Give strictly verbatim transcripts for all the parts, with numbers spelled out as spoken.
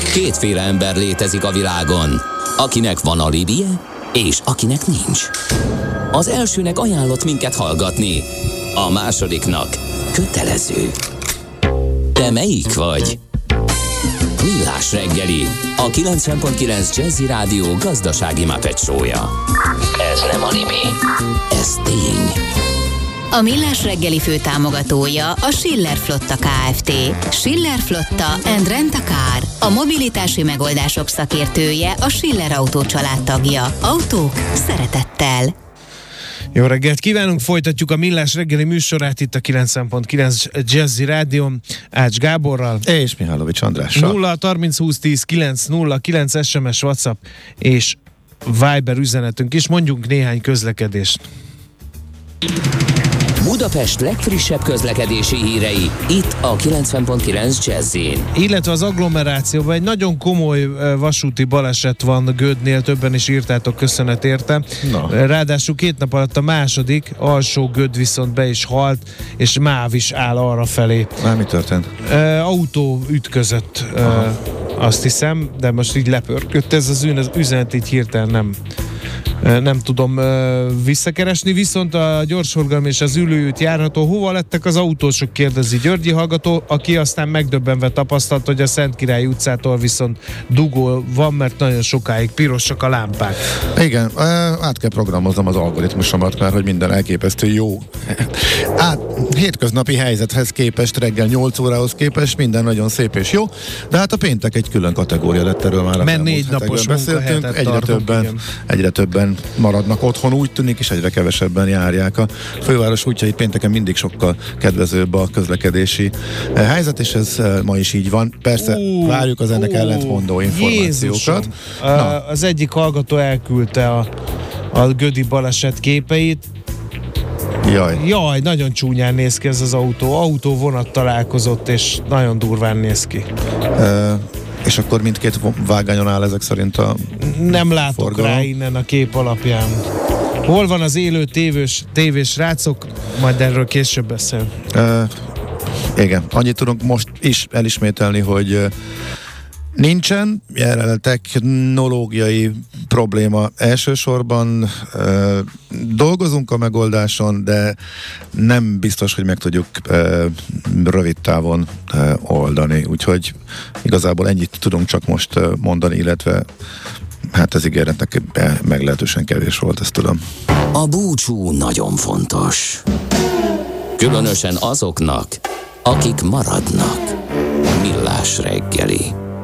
Kétféle ember létezik a világon, akinek van alibije, és akinek nincs. Az elsőnek ajánlott minket hallgatni, a másodiknak kötelező. Te melyik vagy? Millás reggeli, a kilencven pont kilenc Jazzy Rádió gazdasági Muppet show-ja. Ez nem anime, ez tény. A Millás reggeli főtámogatója a Schiller Flotta Kft. Schiller Flotta and Rent a Car. A mobilitási megoldások szakértője, a Schiller Autó család tagja. Autók szeretettel. Jó reggelt kívánunk, folytatjuk a Millás reggeli műsorát itt a kilencven pont kilenc Jazzy Rádión Ács Gáborral és Mihálovics Andrással. nulla harminc húsz tíz kilenc nulla kilenc es em es, WhatsApp és Viber üzenetünk is. Mondjunk néhány közlekedést. Budapest legfrissebb közlekedési hírei, itt a kilencven pont kilenc Jazzyn. Illetve az agglomerációban egy nagyon komoly vasúti baleset van Gödnél, többen is írtátok, köszönet érte. Na. Ráadásul két nap alatt a második, alsó Göd viszont be is halt, és MÁV is áll arra felé. Már mi történt? Uh, autó ütközött, uh, azt hiszem, de most így lepörgött ez az üzenet, így hirtelen nem nem tudom uh, visszakeresni, viszont a gyorsforgalom és az ülőút járható. Hova lettek az autósok, kérdezi Györgyi hallgató, aki aztán megdöbbenve tapasztalt, hogy a Szentkirály utcától viszont dugó van, mert nagyon sokáig pirosak a lámpák. Igen, át kell programoznom az algoritmusomat, mert hogy minden elképesztő jó. Át, hétköznapi helyzethez képest, reggel nyolc órához képest minden nagyon szép és jó, de hát a péntek egy külön kategória lett, erről már mert négy napos beszéltünk, egyre tartunk, többen, igen. egyre többen maradnak otthon, úgy tűnik, és egyre kevesebben járják a főváros útjait. Pénteken mindig sokkal kedvezőbb a közlekedési helyzet, és ez ma is így van. Persze uh, várjuk az ennek uh, ellentmondó információkat. Na. Az egyik hallgató elküldte a, a gödi baleset képeit. Jaj. Jaj, nagyon csúnyán néz ki ez az autó. Autó vonat találkozott, és nagyon durván néz ki. Uh, És akkor mindkét vágányon áll ezek szerint a Nem látok forgalom. Rá innen a kép alapján. Hol van az élő tévés, tévés rácok? Majd erről később beszél. Uh, igen, annyit tudunk most is elismételni, hogy uh, nincsen jelenleg technológiai probléma elsősorban. Uh, dolgozunk a megoldáson, de nem biztos, hogy meg tudjuk uh, rövid távon uh, oldani. Úgyhogy igazából ennyit tudunk csak most uh, mondani, illetve hát ez ígéretnek meglehetősen kevés volt, ezt tudom. A búcsú nagyon fontos. Különösen azoknak, akik maradnak. Millás reggeli.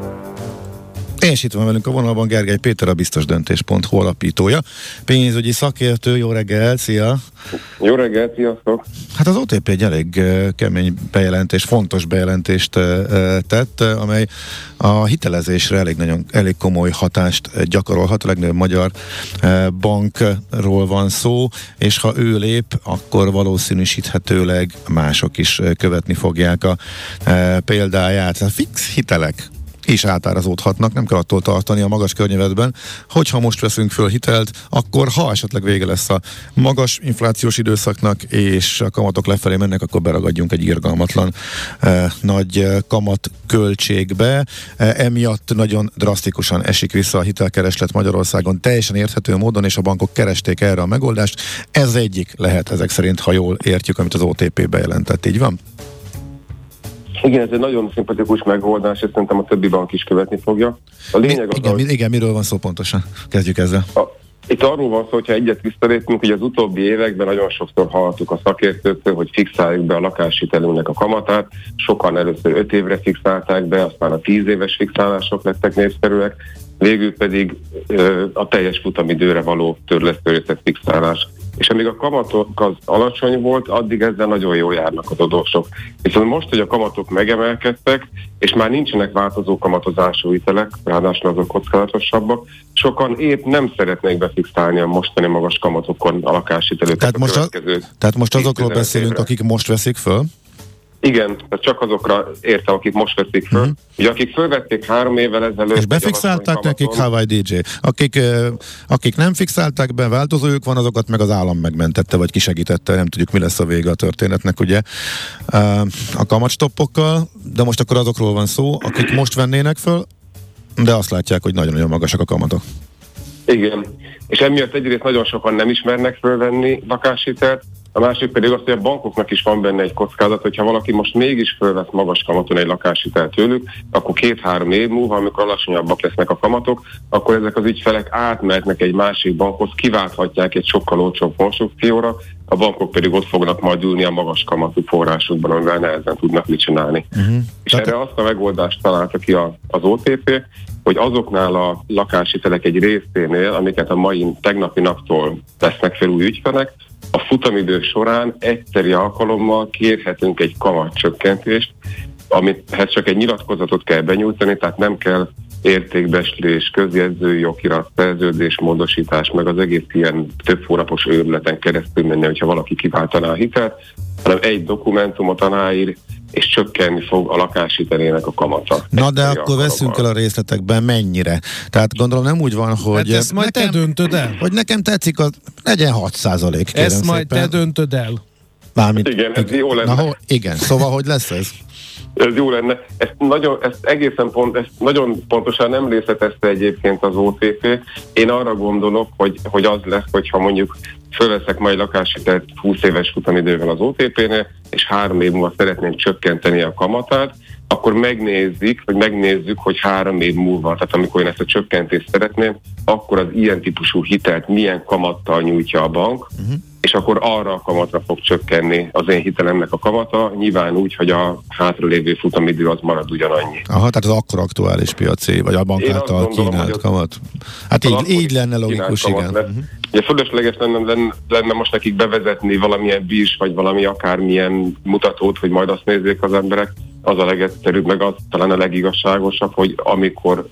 És itt van velünk a vonalban Gergely Péter, a biztos döntés pont hu alapítója, pénzügyi szakértő. Jó reggel, szia! Jó reggel, sziasztok! Hát az o té pé egy elég uh, kemény bejelentés, fontos bejelentést uh, tett, uh, amely a hitelezésre elég, nagyon, elég komoly hatást gyakorolhat. A legnagyobb magyar uh, bankról van szó, és ha ő lép, akkor valószínűsíthetőleg mások is uh, követni fogják a uh, példáját. A fix hitelek és átárazódhatnak, nem kell attól tartani a magas környezetben, hogyha most veszünk föl hitelt, akkor ha esetleg vége lesz a magas inflációs időszaknak, és a kamatok lefelé mennek, akkor beragadjunk egy irgalmatlan eh, nagy eh, kamat költségbe. Eh, emiatt nagyon drasztikusan esik vissza a hitelkereslet Magyarországon, teljesen érthető módon, és a bankok keresték erre a megoldást. Ez egyik lehet ezek szerint, ha jól értjük, amit az o té pé bejelentett. Így van? Igen, ez egy nagyon szimpatikus megoldás, és szerintem a többi bank is követni fogja. A lényeg Mi, az, igen, hogy... igen, miről van szó pontosan? Kezdjük ezzel. A, itt arról van szó, hogyha egyet visszalépünk, hogy az utóbbi években nagyon sokszor hallottuk a szakértőktől, hogy fixáljuk be a lakáshitelünknek a kamatát. Sokan először öt évre fixálták be, aztán a tíz éves fixálások lettek népszerűek, végül pedig ö, a teljes futamidőre való törlesztőrészek fixálás. És amíg a kamatok az alacsony volt, addig ezzel nagyon jól járnak az adósok. Viszont most, hogy a kamatok megemelkedtek, és már nincsenek változó kamatozású hitelek, ráadásul azok kockázatosabbak, sokan épp nem szeretnék befixálni a mostani magas kamatokon a lakáshitelüket. Tehát, most, a, tehát most azokról beszélünk, évre. Akik most veszik föl? Igen, tehát csak azokra értem, akik most veszik föl. Uh-huh. Ugye akik fölvették három évvel ezelőtt... És befixálták nekik Hawaii dé dzsé. Akik, akik nem fixálták be, változójuk van, azokat meg az állam megmentette, vagy kisegítette, nem tudjuk, mi lesz a vége a történetnek, ugye, a kamatstoppokkal, de most akkor azokról van szó, akik most vennének föl, de azt látják, hogy nagyon-nagyon magasak a kamatok. Igen, és emiatt egyrészt nagyon sokan nem ismernek fölvenni lakáshitelt, a másik pedig az, hogy a bankoknak is van benne egy kockázat, hogyha valaki most mégis fölvesz magas kamaton egy lakáshitelt tőlük, akkor két-három év múlva, amikor alacsonyabbak lesznek a kamatok, akkor ezek az ügyfelek átmehetnek egy másik bankhoz, kiválthatják egy sokkal olcsóbb konstrukcióra, a bankok pedig ott fognak majd ülni a magas kamatú forrásukban, amivel nehezen tudnak mit csinálni. Uh-huh. És Tehát... erre azt a megoldást találta ki a, az o té pé, hogy azoknál a lakáshitelek egy részénél, amiket a mai tegnapi naptól vesznek fel új ügyfelek, a futamidő során egyszeri alkalommal kérhetünk egy kamatcsökkentést, amithez csak egy nyilatkozatot kell benyújtani, tehát nem kell értékbeslés, közjegyzői okirat, szerződés, módosítás, meg az egész ilyen több hónapos őrületen keresztül menni, hogyha valaki kiváltaná a hitelt, hanem egy dokumentumot aláír, és csökkenni fog a lakáshitelének a kamata. Na de akkor veszünk el a részletekben mennyire. Tehát gondolom nem úgy van, hogy... Hát ezt majd nekem, te döntöd el. Hogy nekem tetszik, az legyen hat százalék. Ezt majd szépen. Te döntöd el. Mármint, igen, ez jó lenne. Na, ho, igen, szóval hogy lesz ez? Ez jó lenne. Ezt, nagyon, ezt egészen pont, ezt nagyon pontosan nem részletezte egyébként az o té pé. Én arra gondolok, hogy, hogy az lesz, hogyha mondjuk fölveszek majd lakáshitelt húsz éves futamidővel az o té pénél, és három év múlva szeretném csökkenteni a kamatát, akkor megnézzük, vagy megnézzük, hogy három év múlva, tehát amikor én ezt a csökkentést szeretném, akkor az ilyen típusú hitelt milyen kamattal nyújtja a bank, uh-huh. és akkor arra a kamatra fog csökkenni az én hitelemnek a kamata, nyilván úgy, hogy a hátralévő futamidő az marad ugyanannyi. Aha, tehát az akkor aktuális piaci, vagy a bank által kínált kamat. Hát így, így lenne logikus, igen. Uh-huh. Ugye fölösleges lenne, lenne, lenne most nekik bevezetni valamilyen bírs, vagy valami akármilyen mutatót, hogy majd azt nézzék az emberek. Az a legegyszerűbb, meg az talán a legigazságosabb, hogy amikor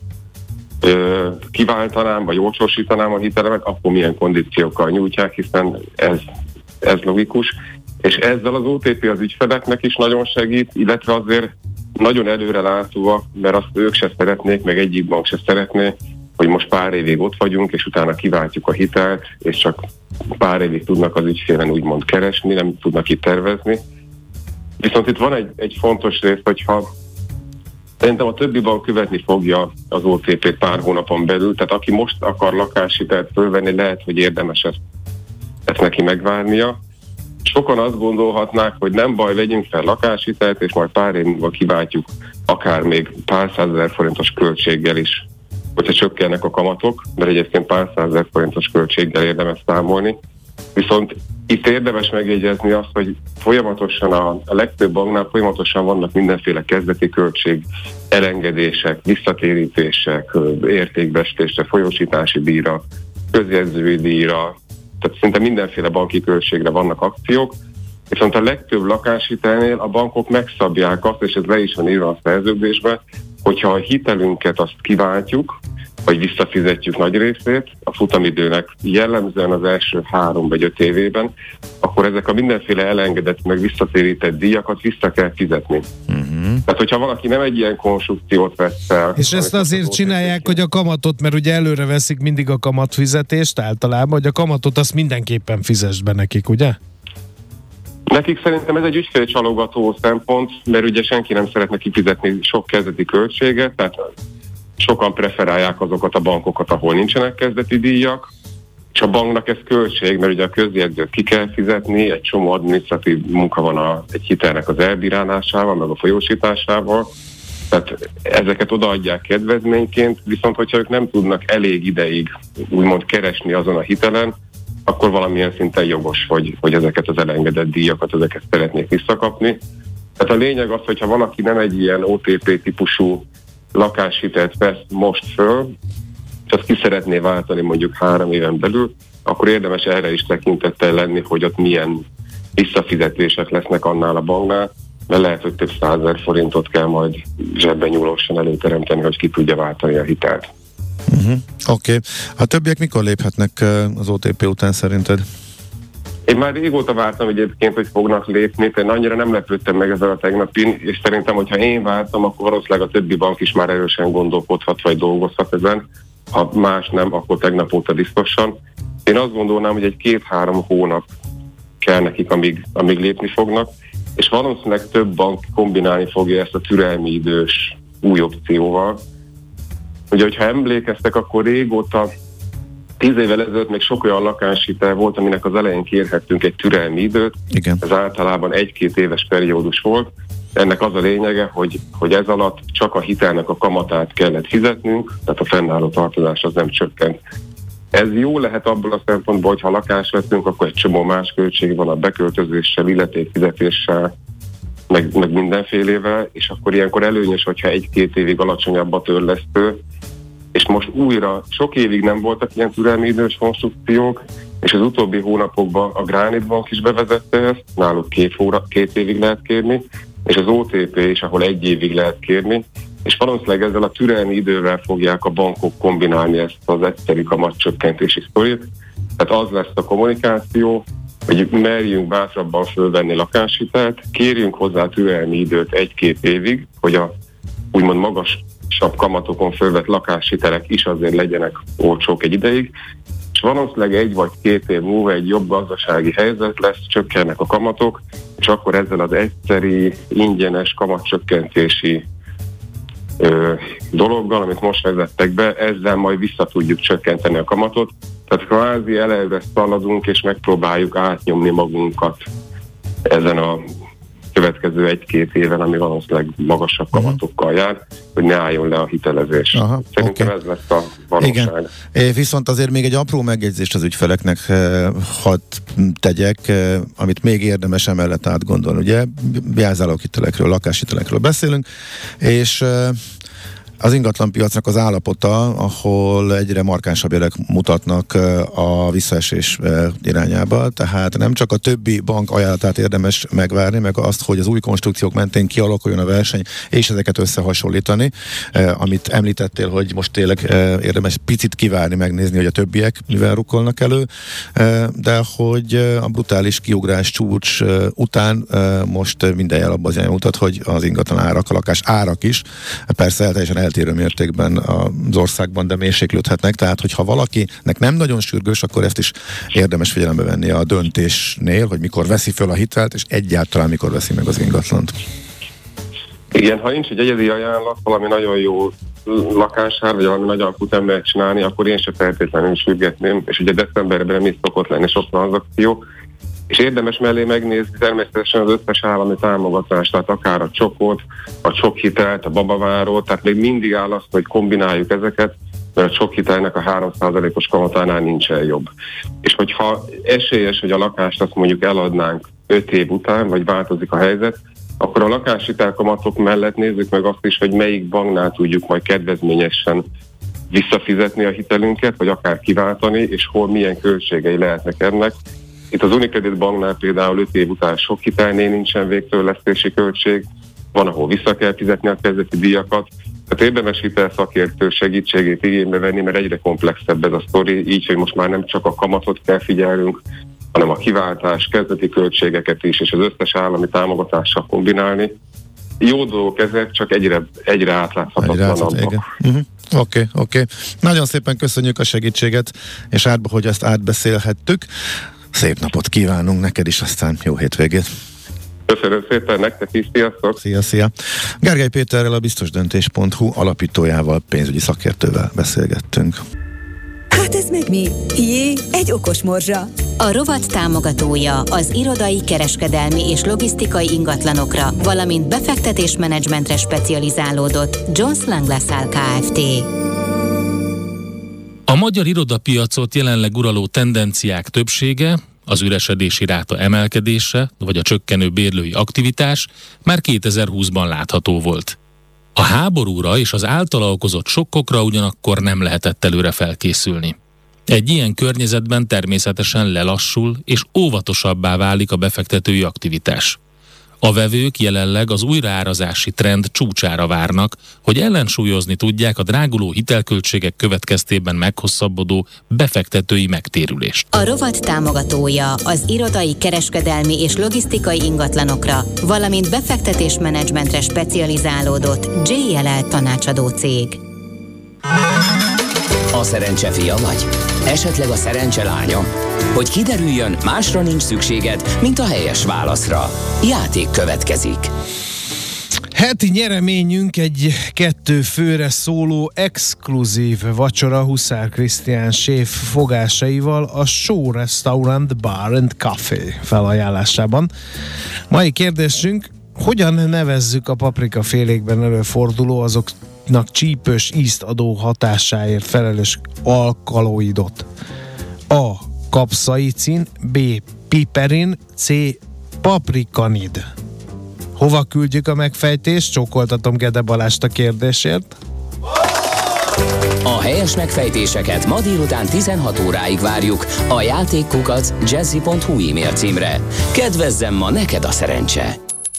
ö, kiváltanám, vagy olcsósítanám a hitelemet, akkor milyen kondíciókkal nyújtják, hiszen ez, ez logikus. És ezzel az o té pé az ügyfeleknek is nagyon segít, illetve azért nagyon előrelátóak, mert azt ők se szeretnék, meg egyik bank se szeretné, hogy most pár évig ott vagyunk, és utána kiváltjuk a hitelt, és csak pár évig tudnak az ügyfélen úgymond keresni, nem tudnak itt tervezni. Viszont itt van egy, egy fontos rész, hogyha szerintem a többi bank követni fogja az o té pét pár hónapon belül, tehát aki most akar lakáshitelt fölvenni, lehet, hogy érdemes ezt, ezt neki megvárnia. Sokan azt gondolhatnák, hogy nem baj, vegyünk fel lakáshitelt, és majd pár év múlva kiváltjuk akár még pár százezer forintos költséggel is, hogyha csökkennek a kamatok, mert egyébként pár százezer forintos költséggel érdemes számolni. Viszont itt érdemes megjegyezni azt, hogy folyamatosan a, a legtöbb banknál folyamatosan vannak mindenféle kezdeti költség, elengedések, visszatérítések, értékbeslésre, folyósítási díjra, közjegyzői díjra, tehát szinte mindenféle banki költségre vannak akciók, viszont a legtöbb lakáshitelnél a bankok megszabják azt, és ez le is van írva a szerződésbe, hogyha a hitelünket azt kiváltjuk, vagy visszafizetjük nagy részét a futamidőnek jellemzően az első három vagy öt évében, akkor ezek a mindenféle elengedett, meg visszatérített díjakat vissza kell fizetni. Uh-huh. Tehát, hogyha valaki nem egy ilyen konstrukciót vesz fel... És ezt azért csinálják, hogy a kamatot, mert ugye előre veszik mindig a kamatfizetést általában, hogy a kamatot azt mindenképpen fizesd be nekik, ugye? Nekik szerintem ez egy ügyfélcsalogató szempont, mert ugye senki nem szeretne kifizetni sok kezdeti költséget, tehát sokan preferálják azokat a bankokat, ahol nincsenek kezdeti díjak, és a banknak ez költség, mert ugye a közjegyzőt ki kell fizetni, egy csomó adminisztratív munka van a, egy hitelnek az elbírálásával, meg a folyósításával, tehát ezeket odaadják kedvezményként, viszont hogyha ők nem tudnak elég ideig úgymond keresni azon a hitelen, akkor valamilyen szinten jogos, hogy, hogy ezeket az elengedett díjakat, ezeket szeretnék visszakapni. Tehát a lényeg az, hogyha valaki nem egy ilyen o té pé típusú lakáshitelt vesz most föl, és azt ki szeretné váltani mondjuk három éven belül, akkor érdemes erre is tekintettel lenni, hogy ott milyen visszafizetések lesznek annál a banknál, mert lehet, hogy több százezer forintot kell majd zsebben nyúlósan előteremteni, hogy ki tudja váltani a hitelt. Uh-huh. Oké. Okay. A többiek mikor léphetnek az o té pé után szerinted? Én már régóta vártam egyébként, hogy fognak lépni, én annyira nem lepődtem meg ezzel a tegnapin, és szerintem, hogyha én vártam, akkor valószínűleg a többi bank is már erősen gondolkodhat, vagy dolgozhat ezen. Ha más nem, akkor tegnap óta biztosan. Én azt gondolnám, hogy egy két-három hónap kell nekik, amíg, amíg lépni fognak, és valószínűleg több bank kombinálni fogja ezt a türelmi idős új opcióval. Ugye, hogyha emlékeztek, akkor régóta, tíz évvel ezelőtt még sok olyan lakáshitel volt, aminek az elején kérhettünk egy türelmi időt. Igen. Ez általában egy-két éves periódus volt. Ennek az a lényege, hogy, hogy ez alatt csak a hitelnek a kamatát kellett fizetnünk, tehát a fennálló tartozás az nem csökkent. Ez jó lehet abból a szempontból, hogy ha lakást veszünk, akkor egy csomó más költség van a beköltözéssel, illetékfizetéssel, meg, meg mindenfélével, és akkor ilyenkor előnyös, hogyha egy-két évig alacsonyabb a törlesztő, és most újra sok évig nem voltak ilyen türelmi idős konstrukciók, és az utóbbi hónapokban a Granite Bank is bevezette ezt, náluk két, óra, két évig lehet kérni, és az o té pé is, ahol egy évig lehet kérni, és valószínűleg ezzel a türelmi idővel fogják a bankok kombinálni ezt az egyszerű kamatcsökkentési sztorit. Tehát az lesz a kommunikáció, hogy merjünk bátrabban fölvenni lakáshitelt, kérjünk hozzá türelmi időt egy-két évig, hogy a úgymond magasabb kamatokon fölvett lakáshitelek is azért legyenek olcsók egy ideig, és valószínűleg egy vagy két év múlva egy jobb gazdasági helyzet lesz, csökkennek a kamatok, és akkor ezzel az egyszeri, ingyenes kamatcsökkentési ö, dologgal, amit most vezettek be, ezzel majd vissza tudjuk csökkenteni a kamatot. Tehát kvázi eleve szaladunk, és megpróbáljuk átnyomni magunkat ezen a következő egy-két éven, ami valószínűleg magasabb kamatokkal jár, hogy ne álljon le a hitelezés. Aha, Szerintem okay. Ez lesz a valóság. Igen. Viszont azért még egy apró megjegyzést az ügyfeleknek hadd tegyek, amit még érdemes emellett átgondolni. Ugye jelzáloghitelekről, lakáshitelekről beszélünk, és az ingatlanpiacnak az állapota, ahol egyre markánsabb jelek mutatnak a visszaesés irányába, tehát nem csak a többi bank ajánlatát érdemes megvárni, meg azt, hogy az új konstrukciók mentén kialakuljon a verseny, és ezeket összehasonlítani, amit említettél, hogy most tényleg érdemes picit kivárni, megnézni, hogy a többiek mivel rukkolnak elő, de hogy a brutális kiugrás csúcs után most minden jel abban az irányba mutat, hogy az ingatlan árak, a lakás árak is, persze teljesen el eltérő mértékben az országban, de mérséklődhetnek, tehát hogyha valakinek nem nagyon sürgős, akkor ezt is érdemes figyelembe venni a döntésnél, hogy mikor veszi föl a hitelt, és egyáltalán mikor veszi meg az ingatlant. Igen, ha nincs egy egyedi ajánlat, valami nagyon jó lakásár, vagy valami nagy alkut ember csinálni, akkor én sem feltétlenül sürgetném, és ugye decemberben nem is szokott lenni sok tranzakció, és érdemes mellé megnézni természetesen az összes állami támogatást, tehát akár a csokot, a csokhitelt, a babavárót, tehát még mindig áll azt, hogy kombináljuk ezeket, mert a csokhitelnek a három százalékos kamatánál nincsen jobb. És hogyha esélyes, hogy a lakást azt mondjuk eladnánk öt év után, vagy változik a helyzet, akkor a lakáshitelkamatok mellett nézzük meg azt is, hogy melyik banknál tudjuk majd kedvezményesen visszafizetni a hitelünket, vagy akár kiváltani, és hol milyen költségei lehetnek ennek. Itt az Unicredit banknál például öt év után sok hitelnél nincsen végtörlesztési költség, van, ahol vissza kell fizetni a kezdeti díjakat. Tehát érdemes hitelszakértő segítségét igénybe venni, mert egyre komplexebb ez a sztori, így, hogy most már nem csak a kamatot kell figyelnünk, hanem a kiváltás, kezdeti költségeket is, és az összes állami támogatással kombinálni. Jó dolgok ezek, csak egyre, egyre átláthatatlan. Oké, oké. Okay. Nagyon szépen köszönjük a segítséget, és átba, hogy ezt átbeszélhettük. Szép napot kívánunk neked is, aztán jó hétvégét. Köszönöm szépen, nektek is, sziasztok! Szia, szia! Gergely Péterrel, a biztosdöntés pont hu alapítójával, pénzügyi szakértővel beszélgettünk. Hát ez meg mi? Jé, egy okos morzsa! A rovat támogatója az irodai, kereskedelmi és logisztikai ingatlanokra, valamint befektetésmenedzsmentre specializálódott Jones Lang LaSalle Kft. A magyar irodapiacot jelenleg uraló tendenciák többsége, az üresedési ráta emelkedése, vagy a csökkenő bérlői aktivitás már kétezer-húszban látható volt. A háborúra és az általa okozott sokkokra ugyanakkor nem lehetett előre felkészülni. Egy ilyen környezetben természetesen lelassul és óvatosabbá válik a befektetői aktivitás. A vevők jelenleg az újraárazási trend csúcsára várnak, hogy ellensúlyozni tudják a dráguló hitelköltségek következtében meghosszabbodó befektetői megtérülést. A rovat támogatója az irodai, kereskedelmi és logisztikai ingatlanokra, valamint befektetésmenedzsmentre specializálódott jé el el tanácsadó cég. A szerencse fia vagy? Esetleg a szerencse lánya? Hogy kiderüljön, másra nincs szükséged, mint a helyes válaszra. Játék következik. Heti nyereményünk egy kettő főre szóló exkluzív vacsora Huszár Krisztián séf fogásaival a Show Restaurant Bar and Café felajánlásában. Mai kérdésünk, hogyan nevezzük a paprikafélékben előforduló, azoknak csípős ízt adó hatásáért felelős alkaloidot? A. Kapszaicin, B. Piperin, C. Paprikanid. Hova küldjük a megfejtést? Csókoltatom Gede Balást a kérdésért. A helyes megfejtéseket ma délután tizenhat óráig várjuk a játékkukac jazzy pont hu e-mail címre. Kedvezzem ma neked a szerencse!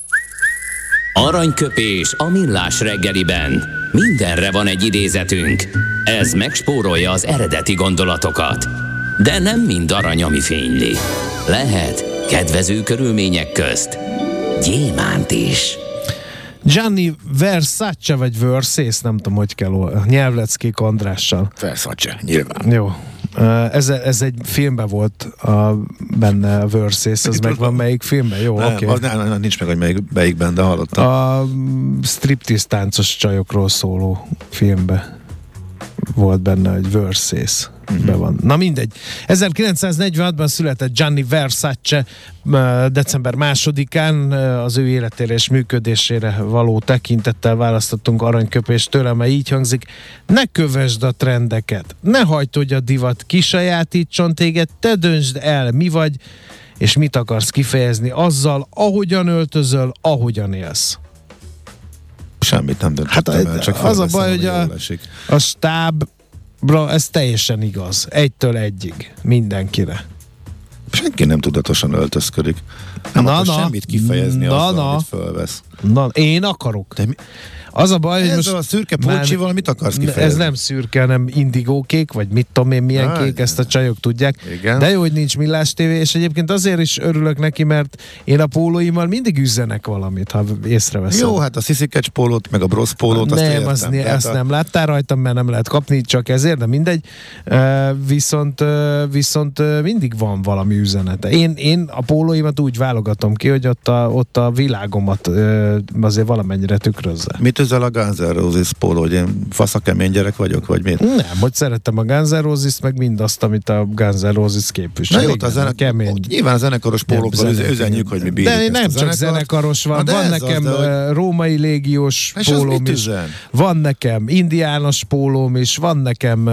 Aranyköpés a millás reggeliben. Mindenre van egy idézetünk. Ez megspórolja az eredeti gondolatokat. De nem mind arany, ami fényli. Lehet kedvező körülmények közt gyémánt is. Gianni Versace vagy Versace, nem tudom, hogy kell nyelvleckék Andrással. Versace, nyilván. Jó. Ez, ez egy filmben volt a, benne a Versace, az megvan melyik filmben? Jó, oké. Okay. Nem, nem, nincs meg, hogy melyik, melyikben, de hallottam. A striptease táncos csajokról szóló filmben volt benne, hogy Versace. Uh-huh. Be van. Na mindegy. ezerkilencszáznegyvenhatban született Gianni Versace, december másodikán. Az ő életére és működésére való tekintettel választottunk aranyköpést tőle, amely így hangzik: ne kövesd a trendeket, ne hagyd, hogy a divat kisajátítson téged, te döntsd el, mi vagy, és mit akarsz kifejezni azzal, ahogyan öltözöl, ahogyan élsz. Semmit nem döntöttem hát, el, csak az a baj, hogy a, a stáb Bra, ez teljesen igaz. Egytől egyig. Mindenkire. Senki nem tudatosan öltözködik. Nem na, akar na, semmit kifejezni na, azzal, na, amit fölvesz. Na, én akarok. De mi? Az a baj, hogy most... a szürke pulcsival mit akarsz kifejezni? Ez nem szürke, hanem indigókék, vagy mit tudom én, milyen ah, kék, ezt a csajok tudják. Igen. De jó, hogy nincs Millás tévé, és egyébként azért is örülök neki, mert én a pólóimmal mindig üzenek valamit, ha észreveszem. Jó, hát a Sziszikecs pólót, meg a Brosz pólót, azt nem, értem. Az né, azt a... nem láttál rajtam, mert nem lehet kapni, csak ezért, de mindegy. Uh, viszont, uh, viszont uh, mindig van valami üzenete. Én, én a pólóimat úgy válogatom ki, hogy ott a, ott a világomat uh, azért valamennyire tükrözze. Mit üzel a Guns N' Roses póló, hogy én faszakemény gyerek vagyok, vagy mit? Nem, hogy szeretem a Guns N' Roses, meg mindazt, amit a Guns N' Roses képvisel. Na jó, a zene... kemény. Nyilván a zenekaros pólókkal üzenjük, hogy mi bírjuk. De nem csak zenekaros van, van nekem az, hogy... római légiós és pólóm is, van nekem indiános pólóm is, van nekem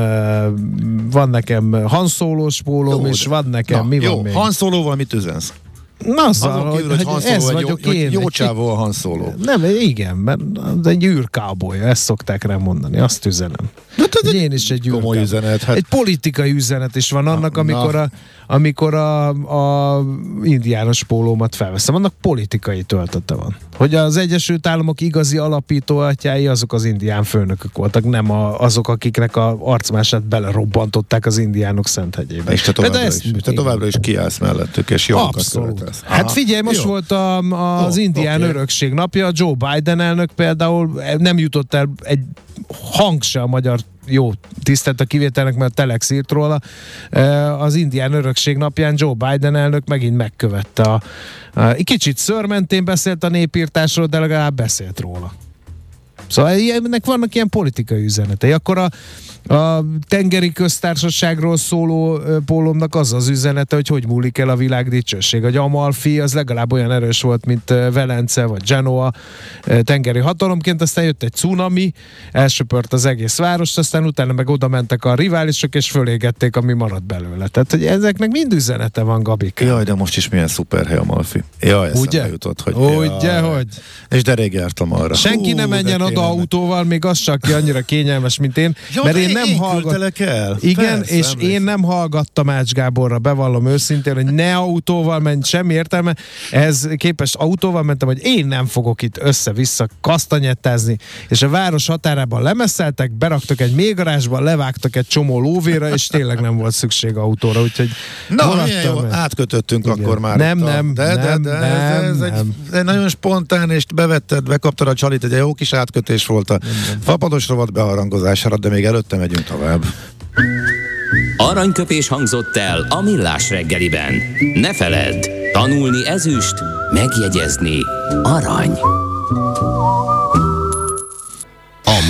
van nekem Han Solo-s pólóm is, van nekem, na, mi jó, van még? Han Solo-val mit üzensz? Na, azzal, hogy, hogy, hogy ez vagyok jó, én. Jó csávó a Han Solo. Nem, igen, mert egy űrkábolya, ezt szokták rá mondani, azt üzenem. De én is egy komoly üzenet. Hát... Egy politikai üzenet is van annak, na, amikor, na. A, amikor a, a indiános pólómat felveszem. Annak politikai töltete van. Hogy az Egyesült Államok igazi alapítóatyái azok az indián főnökök voltak, nem a, azok, akiknek a arcmását belerobbantották az indiánok Szenthegyébe. És te továbbra, is, te továbbra is kiállsz mellettük, és jogokat követelsz. Hát figyelj, most jó. volt a, a, az oh, indián okay. örökség napja, Joe Biden elnök például nem jutott el egy hang se a magyar, jó, tisztelt a kivételnek, mert a Telex írt róla, az indián örökség napján Joe Biden elnök megint megkövette a, a kicsit szörmentén beszélt a népírtásról, de legalább beszélt róla. Szóval ennek vannak ilyen politikai üzenetei. Akkor a, a tengeri köztársaságról szóló pólómnak az az üzenete, hogy hogy múlik el a világ dicsőség. A Amalfi az legalább olyan erős volt, mint Velence vagy Genoa tengeri hatalomként, aztán jött egy cunami, elsöpört az egész várost, aztán utána meg oda mentek a riválisok, és fölégették, ami maradt belőle. Tehát, hogy ezeknek mind üzenete van, Gabika. Jaj, de most is milyen szuper hely Amalfi. Jaj, eszembe jutott, hogy... Ugye, hogy? És de rég jártam arra. Senki Hú, nem menjen oda autóval, még az csak ki annyira kényelmes, mint én. Jó, mert én nem én hallgat... el. Igen, persze, és emlékszem. én nem hallgattam Ács Gáborra, bevallom őszintén, hogy ne autóval menj, semmi értelme. Ez képest autóval mentem, hogy én nem fogok itt össze-vissza kasztanyettázni, és a város határában lemesszeltek, beraktak egy mélygarázsba, levágtak egy csomó lóvéra, és tényleg nem volt szükség autóra, úgyhogy na, milyen jó, átkötöttünk igen. akkor már. Nem, nem, de, de, nem, de, nem, ez, ez nem. Egy, egy nagyon spontán, és bevetted, bekaptad a csalit, egy jó kis átkötés volt a fapados rovat beharangozására, de még előtte megyünk tovább. Aranyköpés hangzott el a Millás reggeliben. Ne feledd, tanulni ezüst, megjegyezni arany.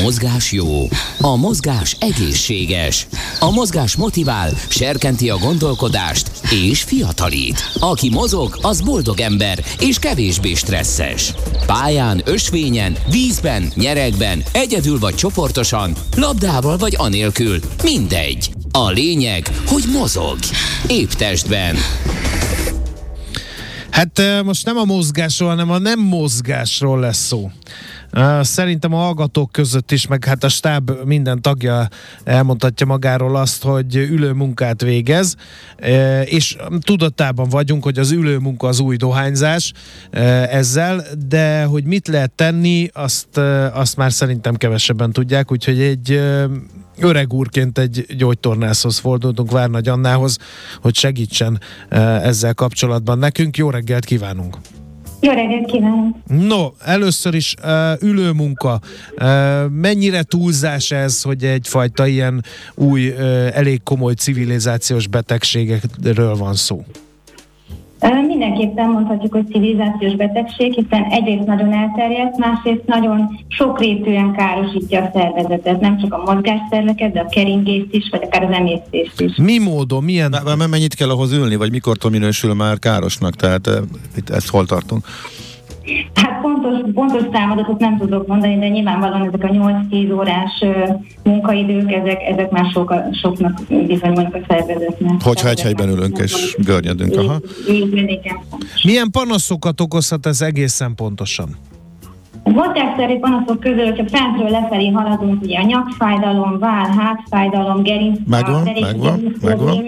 mozgás jó, a mozgás egészséges, a mozgás motivál, serkenti a gondolkodást és fiatalít. Aki mozog, az boldog ember és kevésbé stresszes. Pályán, ösvényen, vízben, nyeregben, egyedül vagy csoportosan, labdával vagy anélkül, mindegy. A lényeg, hogy mozog. Épp testben. Hát most nem a mozgásról, hanem a nem mozgásról lesz szó. Szerintem a hallgatók között is, meg hát a stáb minden tagja elmondhatja magáról azt, hogy ülő munkát végez, és tudatában vagyunk, hogy az ülő munka az új dohányzás ezzel, de hogy mit lehet tenni, azt, azt már szerintem kevesebben tudják, úgyhogy egy öreg úrként egy gyógytornászhoz fordultunk, Várnagy Annához, hogy segítsen ezzel kapcsolatban nekünk. Jó reggelt kívánunk! Jó reggelt kívánok! No, először is uh, ülőmunka. Uh, mennyire túlzás ez, hogy egyfajta ilyen új, uh, elég komoly civilizációs betegségekről van szó? Mindenképpen mondhatjuk, hogy civilizációs betegség, hiszen egyrészt nagyon elterjedt, másrészt nagyon sokrétűen károsítja a szervezetet, nem csak a mozgásszerveket, de a keringést is, vagy akár az emésztést is. Mi módon, milyen... Na, mennyit kell ahhoz ülni, vagy mikortól minősül már károsnak? Tehát uh, itt ezt hol tartunk? Hát pontos, pontos számadatot nem tudok mondani, de nyilvánvalóan ezek a nyolc-tíz órás uh, munkaidők, ezek, ezek már soka, soknak bizonyulnak a szervezetnek. Hogyha egy helyben ülünk és görnyedünk. Aha. Milyen panaszokat okozhat ez egészen pontosan? A mozgásszervi panaszok közül, hogyha fentről lefelé haladunk, ugye a nyakfájdalom, váll, hátfájdalom, gerinc, megvan, megvan, megvan.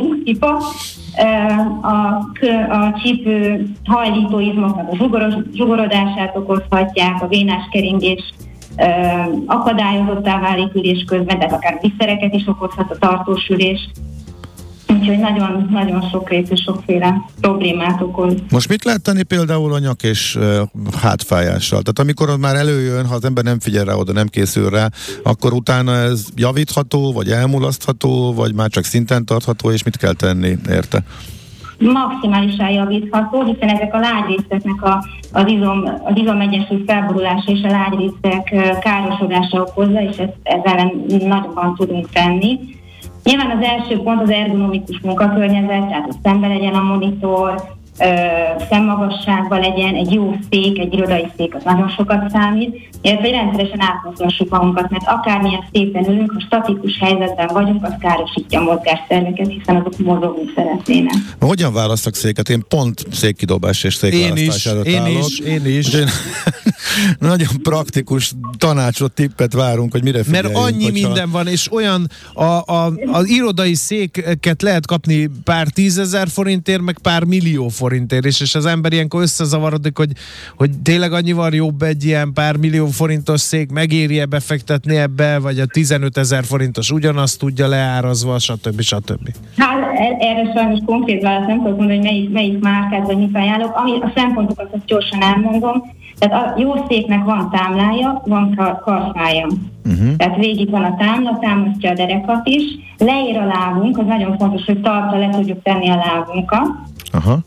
A, a csípő hajlítóizmoknak a zsugoros, zsugorodását okozhatják, a vénás keringés akadályozottá válik ülés közben, de akár visszereket is okozhat a tartós ülés. Úgyhogy nagyon, nagyon sokrétű, sokféle problémát okoz. Most mit lehet tenni például a nyak és uh, hátfájással? Tehát amikor az már előjön, ha az ember nem figyel rá oda, nem készül rá, akkor utána ez javítható, vagy elmulasztható, vagy már csak szinten tartható, és mit kell tenni érte? Maximálisan javítható, hiszen ezek a lágyrészeknek a, az, izom, az izomegyensúly felborulása és a lágyrészek károsodása okozza, és ezt, ezzel nagyobban tudunk tenni. Nyilván az első pont az ergonomikus munkakörnyezet, tehát hogy szembe legyen a monitor, ö, szemmagasságban legyen, egy jó szék, egy irodai szék az nagyon sokat számít, illetve rendszeresen átmozgassuk magunkat, mert akármilyen szépen ülünk, ha statikus helyzetben vagyunk, az károsítja a mozgásszerveket, hiszen azok mozogni szeretnének. Hogyan választak széket? Én pont székkidobás és székválasztás előtt én állok. Is, én is, én is. Nagyon praktikus tanácsot, tippet várunk, hogy mire figyeljünk. Mert annyi hogyha... minden van, és olyan a, a, az irodai széket lehet kapni pár tízezer forintért, meg pár millió forintért, és, és az ember ilyenkor összezavarodik, hogy, hogy tényleg annyival jobb egy ilyen pár millió forintos szék, megéri-e befektetni ebbe, vagy a tizenötezer forintos ugyanazt tudja leárazva, stb. stb. Hát erre sajnos konkrét választ nem tudok mondani, hogy melyik, melyik márkát, vagy mit ajánlok. Ami a szempontokat azt gyorsan elmondom. Tehát a jó széknek van támlája, van kar- karfája. Uh-huh. Tehát végig van a támla, támasztja a derekat is. Leér a lábunk, az nagyon fontos, hogy talpra le tudjuk tenni a lábunkat. Uh-huh.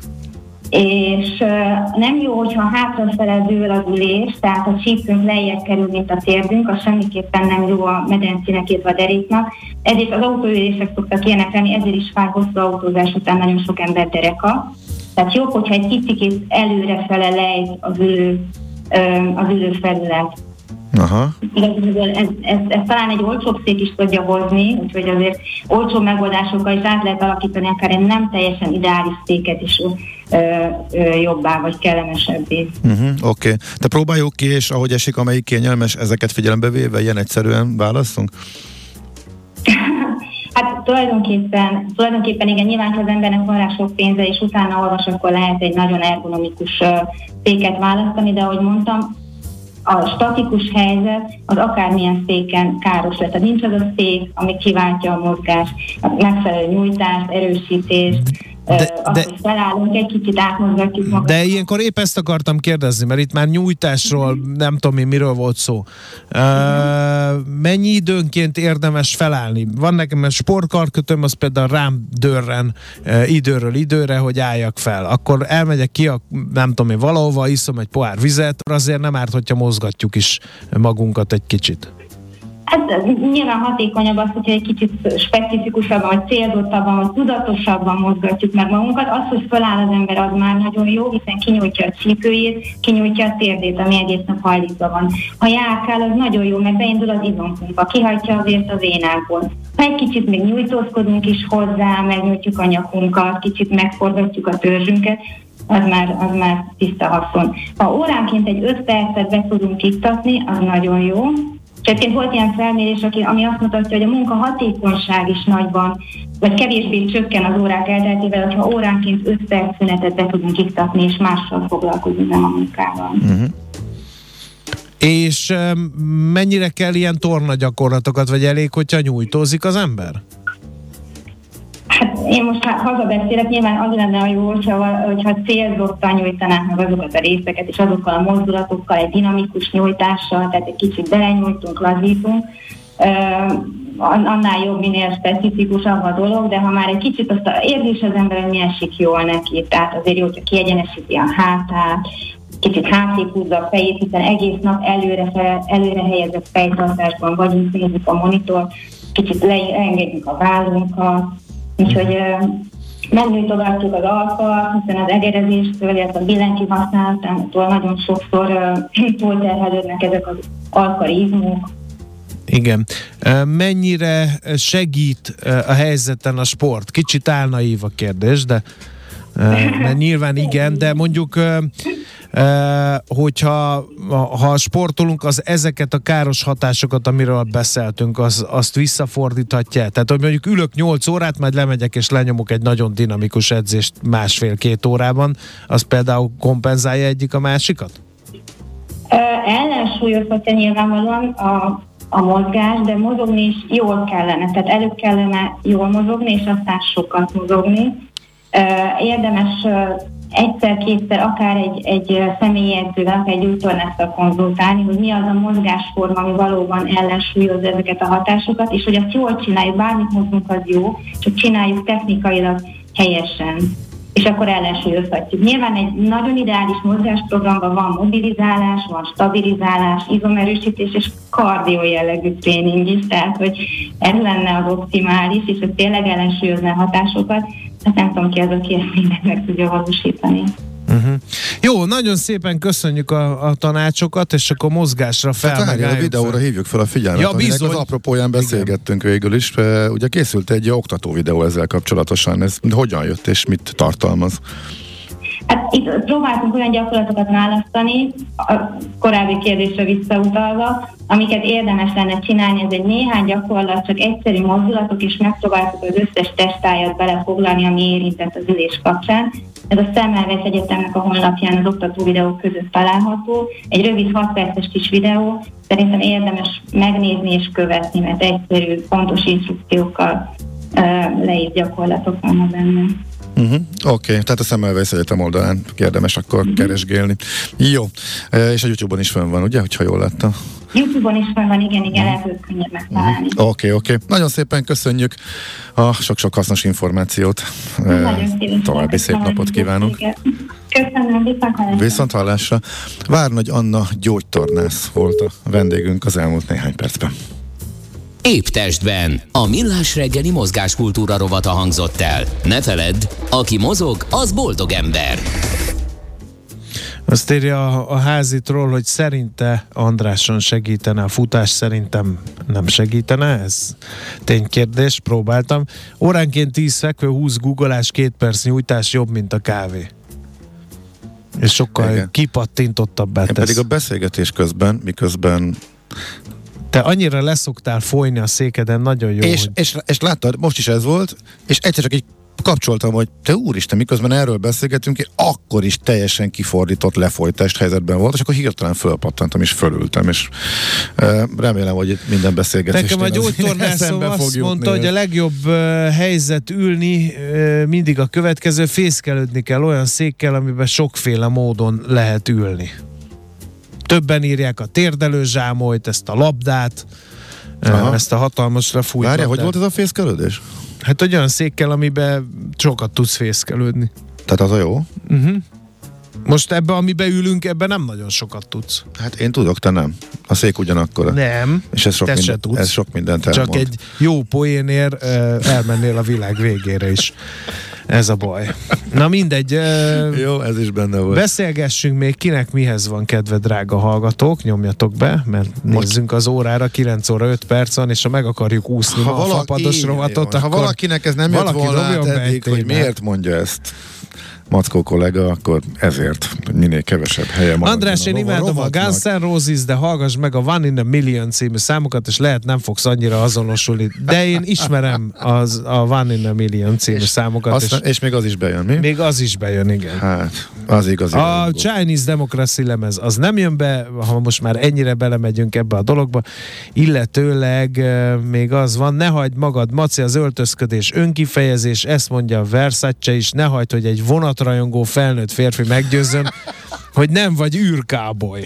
És uh, nem jó, hogyha hátrafele dől az ülés, tehát a csípünk lejjebb kerül, mint a térdünk, az semmiképpen nem jó a medencének, illetve a deréknak. Ezért az autóülések szoktak ilyenek lenni, ezért is fáj hosszú autózás után nagyon sok ember dereka. Tehát jobb, hogyha egy kicsit előrefele lejt az ülő, az ülő felület. Aha. Igazából ez, ez, ez talán egy olcsóbb szék is tudja hozni, úgyhogy azért olcsó megoldásokkal is át lehet alakítani akár egy nem teljesen ideális széket is ö, ö, jobbá vagy kellemesebbé. Uh-huh, Oké. Okay. Te próbáljuk ki, és ahogy esik, amelyik kényelmes, ezeket figyelembe véve, ilyen egyszerűen választunk? Hát tulajdonképpen, tulajdonképpen igen, nyilván, ha az embernek van rá sok pénze, és utána olvas, akkor lehet egy nagyon ergonomikus széket választani, de ahogy mondtam, a statikus helyzet az akármilyen széken káros lett. Tehát nincs az a szék, ami kiváltja a mozgást, a megfelelő nyújtást, erősítést, De, azt de, is felállunk, egy kicsit átmozgatjuk magunkat. de ilyenkor épp ezt akartam kérdezni, mert itt már nyújtásról, nem tudom én miről volt szó. Uh, mennyi időnként érdemes felállni? Van nekem egy sportkarkötőm, az például rám dörren uh, időről időre, hogy álljak fel. Akkor elmegyek ki, a, nem tudom én, valahova, iszom egy pohár vizet, azért nem árt, hogyha mozgatjuk is magunkat egy kicsit. Hát nyilván hatékonyabb az, hogyha egy kicsit specifikusabban, vagy célzottabban, vagy tudatosabban mozgatjuk meg magunkat. Az, hogy feláll az ember, az már nagyon jó, hiszen kinyújtja a csípőjét, kinyújtja a térdét, ami egész nap hajlítva van. Ha járkál, az nagyon jó, mert beindul az izompumpa, kihajtja a vért az énákból. Ha egy kicsit még nyújtózkodunk is hozzá, megnyújtjuk a nyakunkat, kicsit megforgatjuk a törzsünket, az már, az már tiszta haszon. Ha óránként egy öt percet be tudunk iktatni, az nagyon jó. És egyébként volt ilyen felmérés, ami azt mutatja, hogy a munka hatékonyság is nagyban, vagy kevésbé csökken az órák elteltével, hogyha óránként öt perc szünetet be tudunk iktatni, és mással foglalkozunk, nem a munkával. Uh-huh. És um, mennyire kell ilyen tornagyakorlatokat, vagy elég, hogyha nyújtózik az ember? Hát én most hazabeszélek, nyilván az lenne a jó, hogyha, hogyha célzottan nyújtanák meg azokat a részeket, és azokkal a mozdulatokkal, egy dinamikus nyújtással, tehát egy kicsit belenyújtunk, lazítunk. Annál jobb, minél specifikusabb a dolog, de ha már egy kicsit azt érzi az ember, hogy mi esik jól neki, tehát azért jó, hogyha kiegyenesíti a hátát, kicsit hátrébb húzza a fejét, hiszen egész nap előre, fel, előre helyezett fejtartásban vagyunk, nézzük a monitor, kicsit leengedjük a vállunkat, úgyhogy megnyújtogatjuk az alkat, hiszen az egerezéstől, illetve a billentyű használatától nagyon sokszor uh, túlterhelődnek ezek az alkari izmok. Igen. Mennyire segít a helyzeten a sport? Kicsit álnaív a kérdés, de mert nyilván igen, de mondjuk hogyha ha sportolunk, az ezeket a káros hatásokat, amiről beszéltünk, az, azt visszafordíthatja. Tehát, hogy mondjuk ülök nyolc órát, majd lemegyek és lenyomok egy nagyon dinamikus edzést másfél-két órában, az például kompenzálja egyik a másikat? Ellensúlyozhatja nyilvánvalóan a a mozgás, de mozogni is jól kellene. Tehát előbb kellene jól mozogni, és aztán sokat mozogni. Érdemes egyszer-kétszer akár egy, egy személyi edzővel, akár egy gyógytornásszal konzultálni, hogy mi az a mozgásforma, ami valóban ellensúlyozza ezeket a hatásokat, és hogy azt jól csináljuk, bármit mozgunk, az jó, csak csináljuk technikailag helyesen, és akkor ellensúlyozhatjuk. Nyilván egy nagyon ideális mozgásprogramban van mobilizálás, van stabilizálás, izomerősítés és kardió jellegű tréning is, tehát hogy ez lenne az optimális, és hogy tényleg ellensúlyozná hatásokat, hát nem tudom ki az, aki ezt mindent meg tudja valósítani. Uh-huh. Jó, nagyon szépen köszönjük a, a tanácsokat, és akkor mozgásra fel. Hát a videóra fel. Hívjuk fel a figyelmet, ja, aminek az apropóján beszélgettünk igen. végül is. Ugye készült egy oktató videó ezzel kapcsolatosan, ez hogyan jött és mit tartalmaz? Hát itt próbáltunk olyan gyakorlatokat választani, a korábbi kérdésre visszautalva, amiket érdemes lenne csinálni, ez egy néhány gyakorlat, csak egyszerű mozdulatok, és megpróbáltuk az összes testtájat belefoglalni, ami érintett az ülés kapcsán. Ez a Semmelweis Egyetemnek a honlapján az oktató videók között található. Egy rövid hat perces kis videó, szerintem érdemes megnézni és követni, mert egyszerű, pontos instrukciókkal uh, leírt gyakorlatok vannak benne. Uh-huh. Oké, okay. Tehát a Semmelweis Egyetem oldalán érdemes akkor uh-huh. keresgélni. Jó, e, és a YouTube-on is fönn van, ugye, hogyha jól láttam? YouTube-on is fönn van, igen, igen, lehet őt könnyebb megtalálni. Oké, uh-huh. oké. Okay, okay. Nagyon szépen köszönjük a sok-sok hasznos információt. Nagyon szépen. További szép napot kívánunk. Köszönöm, viszont hallásra. Viszont hallásra. Várnagy Anna gyógytornász volt a vendégünk az elmúlt néhány percben. Épp testben. A Millás reggeli mozgáskultúra rovata hangzott el. Ne feledd, aki mozog, az boldog ember. Azt írja a, a házitról, hogy szerinte Andráson segítene a futás, szerintem nem segítene, ez ténykérdés, próbáltam. Óránként tíz fekvő, húsz googolás, két perc nyújtás jobb, mint a kávé. És sokkal igen. kipattintottabbá tesz. Pedig a beszélgetés közben, miközben te annyira leszoktál folyni a székeden, nagyon jó. És, hogy... és, és láttad, most is ez volt, és egyszer csak így kapcsoltam, hogy te úristen, miközben erről beszélgetünk, én akkor is teljesen kifordított, lefolyt testhelyzetben volt, és akkor hirtelen fölpattantam, és fölültem, és uh, remélem, hogy itt minden beszélgetés. Nekem a gyógytornászom azt mondta, hogy a legjobb uh, helyzet ülni uh, mindig a következő, fészkelődni kell olyan székkel, amiben sokféle módon lehet ülni. Többen írják a térdelő zsámolyt, ezt a labdát, uh, ezt a hatalmas lefújt. Várjál, hogy volt ez a fészkelődés? Hát olyan székkel, amiben sokat tudsz fészkelődni. Tehát az a jó? Uh-huh. Most ebbe, amiben ülünk, ebben nem nagyon sokat tudsz. Hát én tudok, te nem. A szék ugyanakkora. Nem, és ez sok, te minden, se tudsz. Ez sok mindent elmond. Csak egy jó poénért uh, elmennél a világ végére is. Ez a baj. Na mindegy. Uh, jó, ez is benne volt. Beszélgessünk még, kinek mihez van kedve, drága hallgatók. Nyomjatok be, mert Most. nézzünk az órára, kilenc óra öt perc van, és ha meg akarjuk úszni ha ma valaki, a fapados rovatot, ha valakinek ez nem jött volna át eddig, hogy miért mondja ezt Mackó kollega, akkor ezért minél kevesebb helye van. András, én imádom a Guns N' Roses, de hallgass meg a One in a Million című számokat, és lehet nem fogsz annyira azonosulni, de én ismerem az, a One in a Million című és számokat. Azt, és, és még az is bejön, mi? Még az is bejön, igen. Hát, az igazi. A Chinese Democracy lemez, az nem jön be, ha most már ennyire belemegyünk ebbe a dologba, illetőleg uh, még az van, ne hagyd magad, Maci, az öltözködés önkifejezés, ezt mondja a Versace is, ne hagyd, hogy egy vonat rajongó felnőtt férfi meggyőzzön, hogy nem vagy űrkáboly.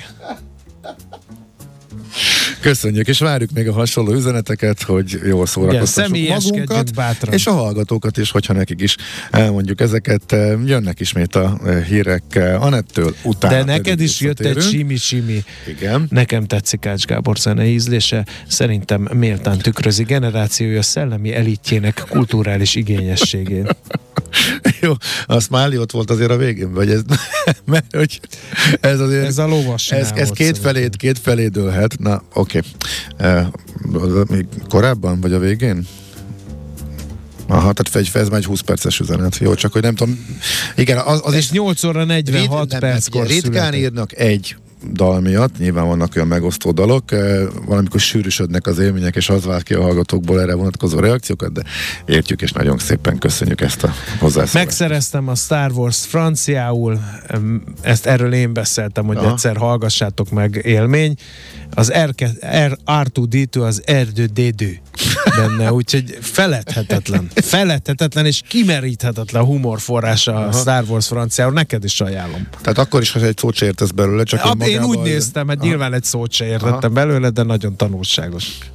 Köszönjük, és várjuk még a hasonló üzeneteket, hogy jól szórakoztassuk magunkat, és a hallgatókat is, hogyha nekik is elmondjuk ezeket. Jönnek ismét a hírek Anettől, utána. De neked is jött egy simi-simi. Igen. Nekem tetszik Ács Gábor zenei ízlése, szerintem méltán tükrözi generációja szellemi elitjének kulturális igényességét. Jó, a Smiley ott volt azért a végén, vagy ez, mert hogy ez azért... Ez a lovasnál Ez, ez két felé, két felé dőlhet. Na, oké. Okay. Uh, még korábban, vagy a végén? Aha, tehát ez már egy húsz perces üzenet. Jó, csak hogy nem tudom. Igen, az, az ez is... nyolc óra negyvenhat perckor ritkán született. írnak egy dal miatt, nyilván vannak olyan megosztó dalok, valamikor sűrűsödnek az élmények, és az vált ki a hallgatókból erre vonatkozó reakciókat, de értjük, és nagyon szépen köszönjük ezt a hozzászólást. Megszereztem a Star Wars franciául, ezt erről én beszéltem, hogy Aha. egyszer hallgassátok meg, élmény. Az er kettő dé kettő az er kettő dé kettő benne, úgyhogy feledhetetlen, feledhetetlen és kimeríthetetlen humorforrása a Star Wars franciául, neked is ajánlom. Tehát akkor is, ha egy szót se értesz belőle, csak Ab, én úgy néztem, hát nyilván egy szót se értettem belőle, de nagyon tanulságos.